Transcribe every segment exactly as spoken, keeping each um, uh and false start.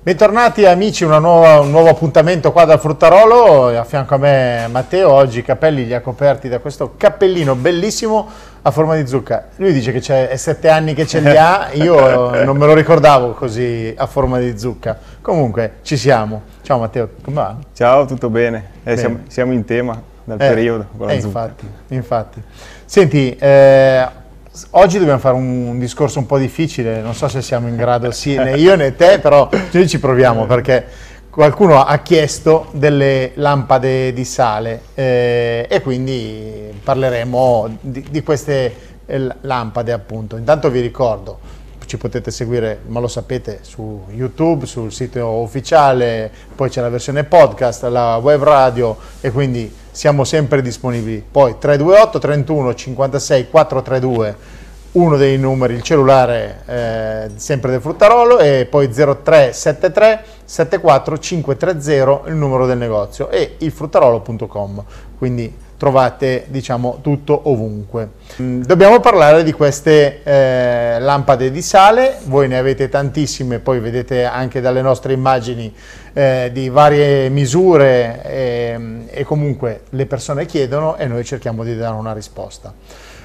Bentornati amici, una nuova, un nuovo appuntamento qua dal Fruttarolo. A fianco a me Matteo. Oggi i capelli li ha coperti da questo cappellino bellissimo a forma di zucca. Lui dice che è sette anni che ce li ha, io non me lo ricordavo così a forma di zucca. Comunque ci siamo. Ciao Matteo, come va? Ciao, tutto bene? Eh, bene. Siamo, siamo in tema dal eh, periodo con la eh, zucca. Infatti, infatti. Senti, eh, oggi dobbiamo fare un, un discorso un po' difficile, non so se siamo in grado, sì, né io né te, però noi ci proviamo perché qualcuno ha chiesto delle lampade di sale eh, e quindi parleremo di, di queste eh, lampade appunto. Intanto vi ricordo, ci potete seguire, ma lo sapete, su YouTube, sul sito ufficiale, poi c'è la versione podcast, la web radio e quindi siamo sempre disponibili. Poi tre due otto trentuno cinquantasei quattrocentotrentadue, uno dei numeri, il cellulare eh, sempre del Fruttarolo, e poi zero tre sette tre sette quattro cinque tre zero il numero del negozio e il fruttarolo punto com, quindi trovate diciamo tutto ovunque. Dobbiamo parlare di queste eh, lampade di sale, voi ne avete tantissime, poi vedete anche dalle nostre immagini eh, di varie misure e, e comunque le persone chiedono e noi cerchiamo di dare una risposta.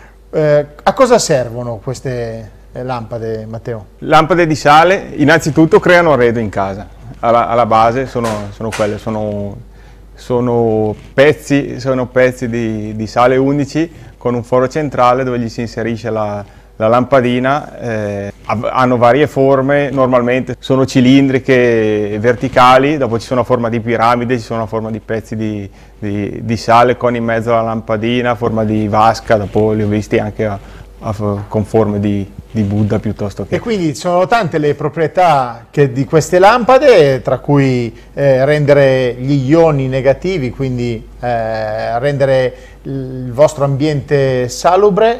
Eh, a cosa servono queste lampade, Matteo? Lampade di sale innanzitutto creano arredo in casa, alla, alla base sono, sono quelle, sono, sono pezzi, sono pezzi di, di sale unici con un foro centrale dove gli si inserisce la, la lampadina, eh, hanno varie forme, normalmente sono cilindriche verticali, dopo ci sono a forma di piramide, ci sono a forma di pezzi di, di, di sale con in mezzo la lampadina, a forma di vasca, dopo li ho visti anche a, a, con forme di, di Buddha piuttosto che... E quindi sono tante le proprietà che di queste lampade, tra cui eh, rendere gli ioni negativi, quindi eh, rendere il vostro ambiente salubre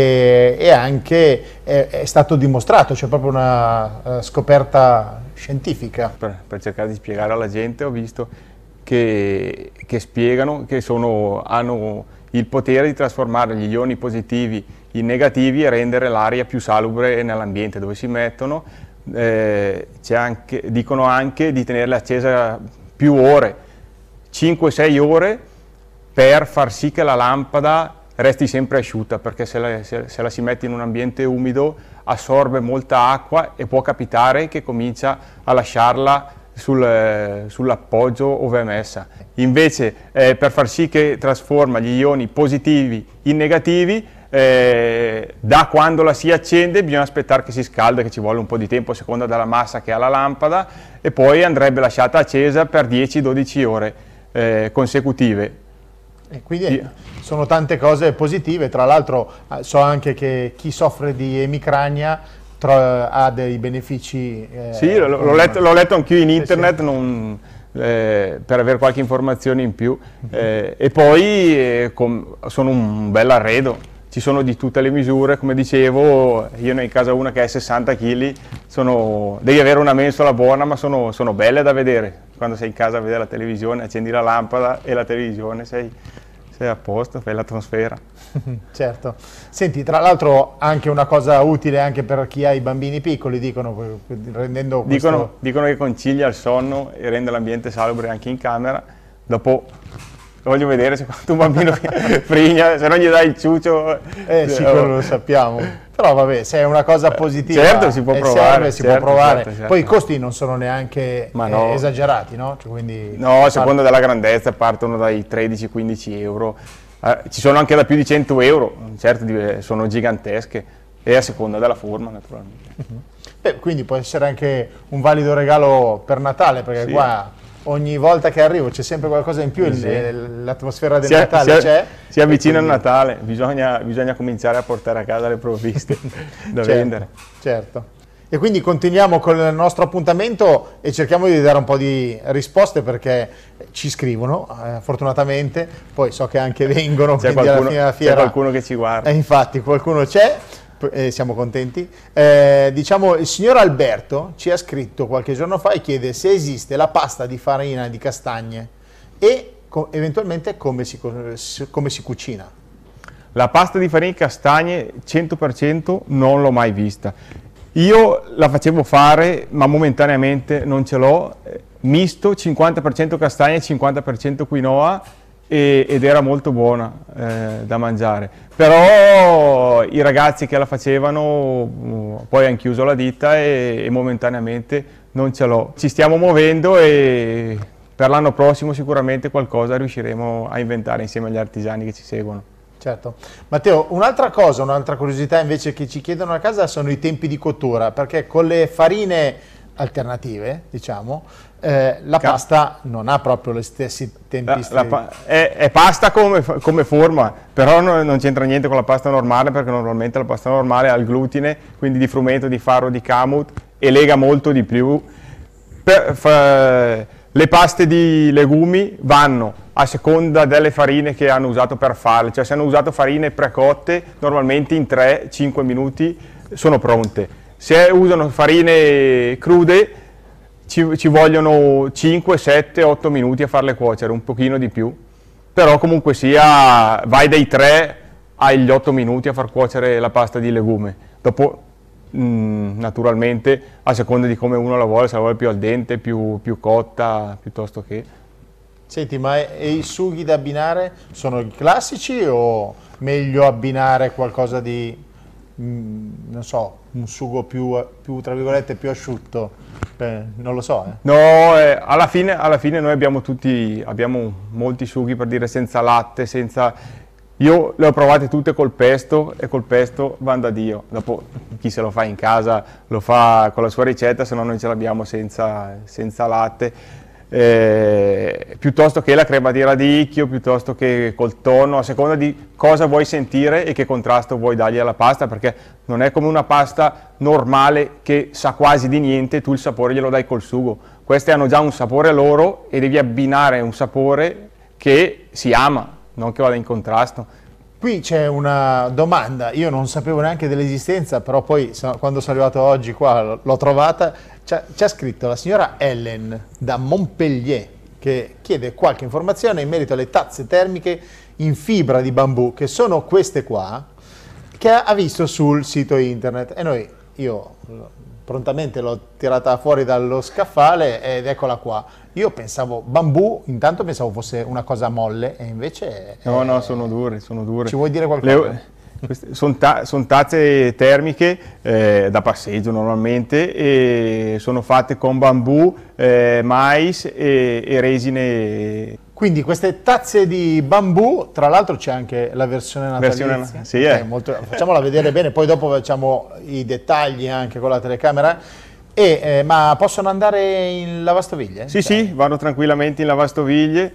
e, e anche è, è stato dimostrato, c'è proprio una uh, scoperta scientifica. Per, per cercare di spiegare alla gente ho visto che, che spiegano che sono, hanno il potere di trasformare gli ioni positivi in negativi e rendere l'aria più salubre nell'ambiente dove si mettono. Eh, c'è anche, dicono anche di tenerle accesa più ore, cinque sei ore, per far sì che la lampada resti sempre asciutta, perché se la, se, se la si mette in un ambiente umido assorbe molta acqua e può capitare che comincia a lasciarla sul, sull'appoggio ove è messa. Invece eh, per far sì che trasforma gli ioni positivi in negativi, eh, da quando la si accende bisogna aspettare che si scalda, che ci vuole un po' di tempo a seconda della massa che ha la lampada, e poi andrebbe lasciata accesa per dieci dodici ore eh, consecutive. E quindi yeah. sono tante cose positive, tra l'altro so anche che chi soffre di emicrania tra, ha dei benefici. Eh, sì, l'ho letto, l'ho letto anch'io in internet, sì, sì. Non, eh, per avere qualche informazione in più. Eh, e poi eh, com, sono un bel arredo, ci sono di tutte le misure, come dicevo, io ne ho in casa una che è sessanta chili, sono, devi avere una mensola buona, ma sono, sono belle da vedere. Quando sei in casa a vedere la televisione, accendi la lampada e la televisione, sei, sei a posto, fai la trasfera. Certo. Senti, tra l'altro anche una cosa utile anche per chi ha i bambini piccoli, dicono, rendendo questo... Dicono, dicono che concilia il sonno e rende l'ambiente salubre anche in camera. Dopo voglio vedere se quando un bambino frigna, se non gli dai il ciuccio... Eh sì, quello lo sappiamo. Però vabbè, se è una cosa positiva, certo, si può e provare, serve, si certo, può provare. certo, certo. Poi i costi non sono neanche no. eh, esagerati, no? Cioè, quindi no, a seconda della grandezza partono dai tredici quindici euro, eh, ci sono anche da più di cento euro, certo sono gigantesche, e a seconda della forma naturalmente. Uh-huh. Beh, quindi può essere anche un valido regalo per Natale, perché sì. qua ogni volta che arrivo c'è sempre qualcosa in più, sì. l'atmosfera del si Natale c'è. Si avvicina quindi... il Natale, bisogna, bisogna cominciare a portare a casa le provviste da certo, vendere. Certo. E quindi continuiamo con il nostro appuntamento e cerchiamo di dare un po' di risposte, perché ci scrivono, eh, fortunatamente, poi so che anche vengono, c'è quindi qualcuno, alla fine della fiera... C'è qualcuno che ci guarda. Eh, infatti, qualcuno c'è. Eh, siamo contenti. Eh, diciamo, il signor Alberto ci ha scritto qualche giorno fa e chiede se esiste la pasta di farina di castagne e co eventualmente come si, come si cucina. La pasta di farina di castagne cento per cento non l'ho mai vista. Io la facevo fare, ma momentaneamente non ce l'ho, misto, cinquanta per cento castagne e cinquanta per cento quinoa, e, ed era molto buona eh, da mangiare. Però i ragazzi che la facevano poi hanno chiuso la ditta e, e momentaneamente non ce l'ho. Ci stiamo muovendo e per l'anno prossimo sicuramente qualcosa riusciremo a inventare insieme agli artigiani che ci seguono. Certo. Matteo, un'altra cosa, un'altra curiosità invece che ci chiedono a casa sono i tempi di cottura, perché con le farine alternative, diciamo, eh, la Ca pasta non ha proprio le stessi tempistiche. La, la, è, è pasta come, come forma, però non, non c'entra niente con la pasta normale, perché normalmente la pasta normale ha il glutine, quindi di frumento, di farro, di kamut, e lega molto di più. Per, fa, le paste di legumi vanno a seconda delle farine che hanno usato per farle, cioè se hanno usato farine precotte normalmente in tre cinque minuti sono pronte. Se usano farine crude ci, ci vogliono cinque sette otto minuti a farle cuocere, un pochino di più, però comunque sia vai dai tre agli otto minuti a far cuocere la pasta di legume. Dopo mh, naturalmente a seconda di come uno la vuole, se la vuole più al dente, più, più cotta, piuttosto che... Senti, ma e i sughi da abbinare sono i classici o meglio abbinare qualcosa di, mh, non so, un sugo più, più, tra virgolette, più asciutto? Eh, non lo so. Eh. No, eh, alla, fine, alla fine noi abbiamo tutti, abbiamo molti sughi, per dire, senza latte, senza... Io le ho provate tutte col pesto e col pesto vanno da Dio. Dopo chi se lo fa in casa lo fa con la sua ricetta, se no noi ce l'abbiamo senza, senza latte. Eh, piuttosto che la crema di radicchio, piuttosto che col tonno, a seconda di cosa vuoi sentire e che contrasto vuoi dargli alla pasta, perché non è come una pasta normale che sa quasi di niente, tu il sapore glielo dai col sugo. Queste hanno già un sapore loro e devi abbinare un sapore che si ama, non che vada in contrasto. Qui c'è una domanda, io non sapevo neanche dell'esistenza, però poi quando sono arrivato oggi qua l'ho trovata. C'è scritto la signora Ellen da Montpellier che chiede qualche informazione in merito alle tazze termiche in fibra di bambù, che sono queste qua, che ha visto sul sito internet, e noi, io prontamente l'ho tirata fuori dallo scaffale ed eccola qua. Io pensavo bambù, intanto pensavo fosse una cosa molle, e invece... No, è... no, sono dure, sono dure. Ci vuoi dire qualcosa? Le... Sono ta son tazze termiche eh, da passeggio normalmente, e sono fatte con bambù, eh, mais e, e resine. Quindi queste tazze di bambù, tra l'altro c'è anche la versione natalizia. Versione, sì, eh. molto, facciamola vedere bene, poi dopo facciamo i dettagli anche con la telecamera. E, eh, ma possono andare in lavastoviglie? Sì, cioè. sì, vanno tranquillamente in lavastoviglie,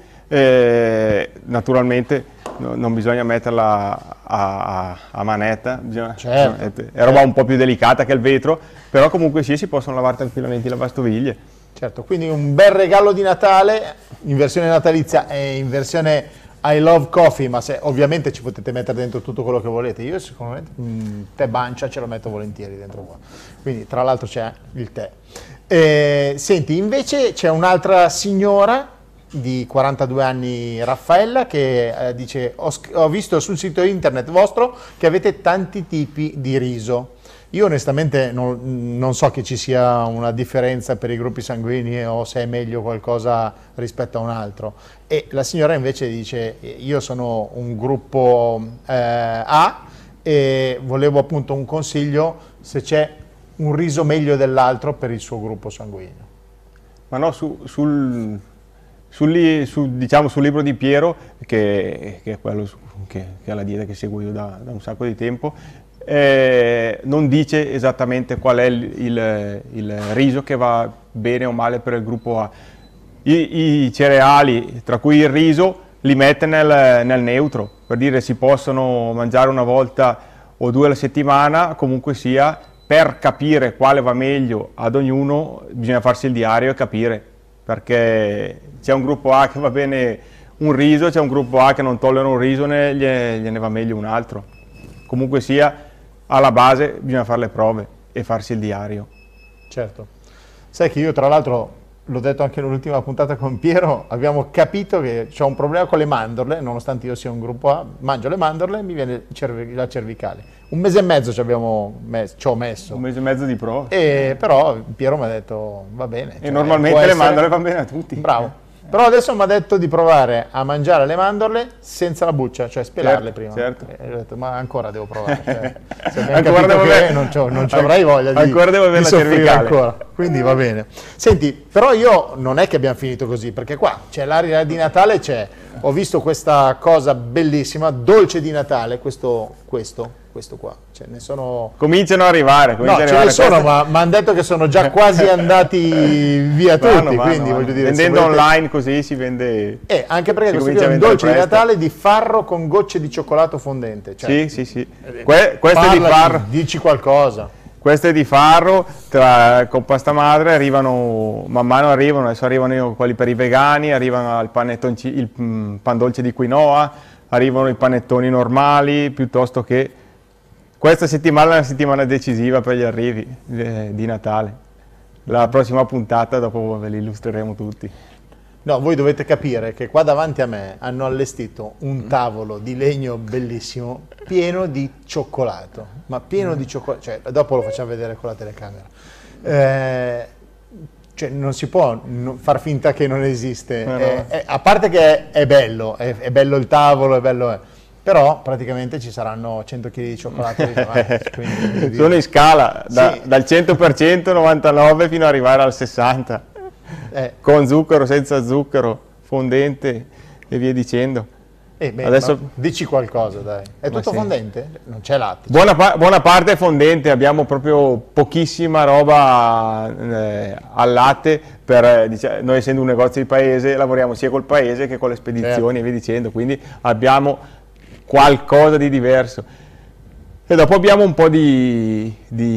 eh, naturalmente no, non bisogna metterla a, a, a manetta, bisogna, certo, è, è roba un po' più delicata che il vetro, però comunque sì, si possono lavare tranquillamente in lavastoviglie. Certo, quindi un bel regalo di Natale in versione natalizia e in versione I love coffee, ma se, ovviamente ci potete mettere dentro tutto quello che volete. Io sicuramente mh, tè Bancia ce lo metto volentieri dentro qua, quindi tra l'altro c'è il tè. Eh, senti, invece c'è un'altra signora di quarantadue anni, Raffaella, che eh, dice ho, ho visto sul sito internet vostro che avete tanti tipi di riso. Io onestamente non, non so che ci sia una differenza per i gruppi sanguigni o se è meglio qualcosa rispetto a un altro. E la signora invece dice io sono un gruppo eh, A e volevo appunto un consiglio se c'è un riso meglio dell'altro per il suo gruppo sanguigno. Ma no, su, sul, sul, sul, diciamo, sul libro di Piero, che, che è quello che, che è la dieta che seguo io da, da un sacco di tempo, Eh, non dice esattamente qual è il, il, il riso che va bene o male per il gruppo A. I, i cereali, tra cui il riso, li mette nel, nel neutro, per dire si possono mangiare una volta o due alla settimana, comunque sia, per capire quale va meglio ad ognuno bisogna farsi il diario e capire, perché c'è un gruppo A che va bene un riso, c'è un gruppo A che non tollera un riso, ne, gliene va meglio un altro. Comunque sia, alla base bisogna fare le prove e farsi il diario. Certo. Sai che io tra l'altro l'ho detto anche nell'ultima puntata con Piero, abbiamo capito che c'ho un problema con le mandorle, nonostante io sia un gruppo A, mangio le mandorle e mi viene cerv- la cervicale. Un mese e mezzo ci abbiamo messo, ci ho messo. Un mese e mezzo di prova. E però Piero mi ha detto va bene. E cioè, normalmente può le essere... mandorle vanno bene a tutti. Bravo. Però adesso mi ha detto di provare a mangiare le mandorle senza la buccia, cioè spelarle Certo, prima. certo. E ho detto, ma ancora devo provare. Cioè, se abbiamo Ancora capito devo che avere- non, c'ho- non ci avrai voglia di, Ancora devo avere di la soffrire cervicale. ancora. Quindi va bene. Senti, però io non è che abbiamo finito così, perché qua c'è l'aria di Natale, c'è. Ho visto questa cosa bellissima, dolce di Natale, questo, questo, questo qua. Cioè, ne sono... Cominciano ad arrivare. No, cominciano ce ad ne arrivare sono, queste- ma mi hanno detto che sono già quasi andati via tutti, Vanno, vanno, quindi vanno. voglio dire... se Vendendo volete- online così si vende... Eh, anche perché Si questo comincia qui è a un vendere dolce di presto. Natale di farro con gocce di cioccolato fondente. Cioè, Sì, sì, sì. Que- questo è di parlaci, farro. dici qualcosa. Questo è di farro, tra, con pasta madre arrivano, man mano arrivano, adesso arrivano quelli per i vegani, arrivano il, panettonci- il mm, pan dolce di quinoa, arrivano i panettoni normali, piuttosto che... Questa settimana è una settimana decisiva per gli arrivi eh, di Natale. La prossima puntata dopo ve li illustreremo tutti. No, voi dovete capire che qua davanti a me hanno allestito un tavolo di legno bellissimo pieno di cioccolato, ma pieno di cioccolato, cioè dopo lo facciamo vedere con la telecamera. Eh, cioè non si può non far finta che non esiste, No, no. Eh, eh, a parte che è, è bello, è, è bello il tavolo, è bello, eh, però praticamente ci saranno cento chili di cioccolato lì davanti, quindi, voglio dire- Sono in scala, da- Sì. dal cento per cento novantanove fino ad arrivare al sessanta, eh, con zucchero, senza zucchero, fondente e via dicendo. eh, beh, Adesso- ma dici qualcosa, dai. È Ma tutto sì. fondente? Non c'è latte. Buona, pa- buona parte è fondente, abbiamo proprio pochissima roba eh, al latte, per, eh, dicia- noi essendo un negozio di paese lavoriamo sia col paese che con le spedizioni Certo. e via dicendo, quindi abbiamo qualcosa di diverso. E dopo abbiamo un po' di,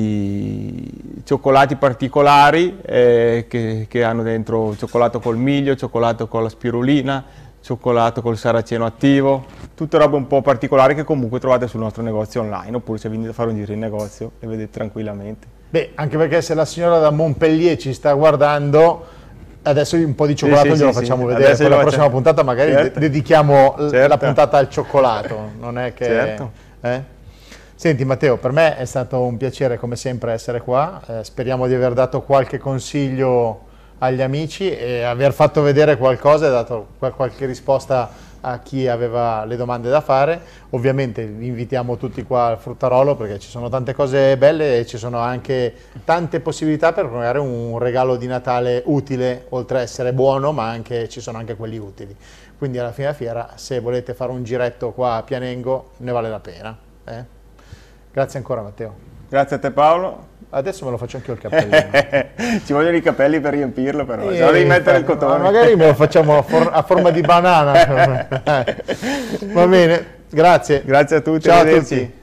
di cioccolati particolari eh, che, che hanno dentro cioccolato col miglio, cioccolato con la spirulina, cioccolato col saraceno attivo, tutte robe un po' particolari che comunque trovate sul nostro negozio online, oppure se venite a fare un giro in negozio le vedete tranquillamente. Beh, anche perché se la signora da Montpellier ci sta guardando, adesso un po' di cioccolato sì, glielo sì, facciamo sì. vedere, Adesso poi la glielo prossima facciamo- puntata magari Certo. de- dedichiamo l- Certo. la puntata al cioccolato, non è che... Certo. eh? Senti Matteo, per me è stato un piacere come sempre essere qua, eh, speriamo di aver dato qualche consiglio agli amici e aver fatto vedere qualcosa e dato qual- qualche risposta a chi aveva le domande da fare. Ovviamente vi invitiamo tutti qua al Fruttarolo perché ci sono tante cose belle e ci sono anche tante possibilità per creare un regalo di Natale utile, oltre a essere buono, ma anche, ci sono anche quelli utili. Quindi alla fine della fiera, se volete fare un giretto qua a Pianengo, ne vale la pena. eh? Grazie ancora Matteo. Grazie a te Paolo. Adesso me lo faccio anche io il cappellino. Ci vogliono i capelli per riempirlo però, Eh, se no devi mettere il infatti, cotone. ma magari me lo facciamo a, for- a forma di banana. Eh, Va bene, grazie. Grazie a tutti, Ciao a arrivederci. tutti.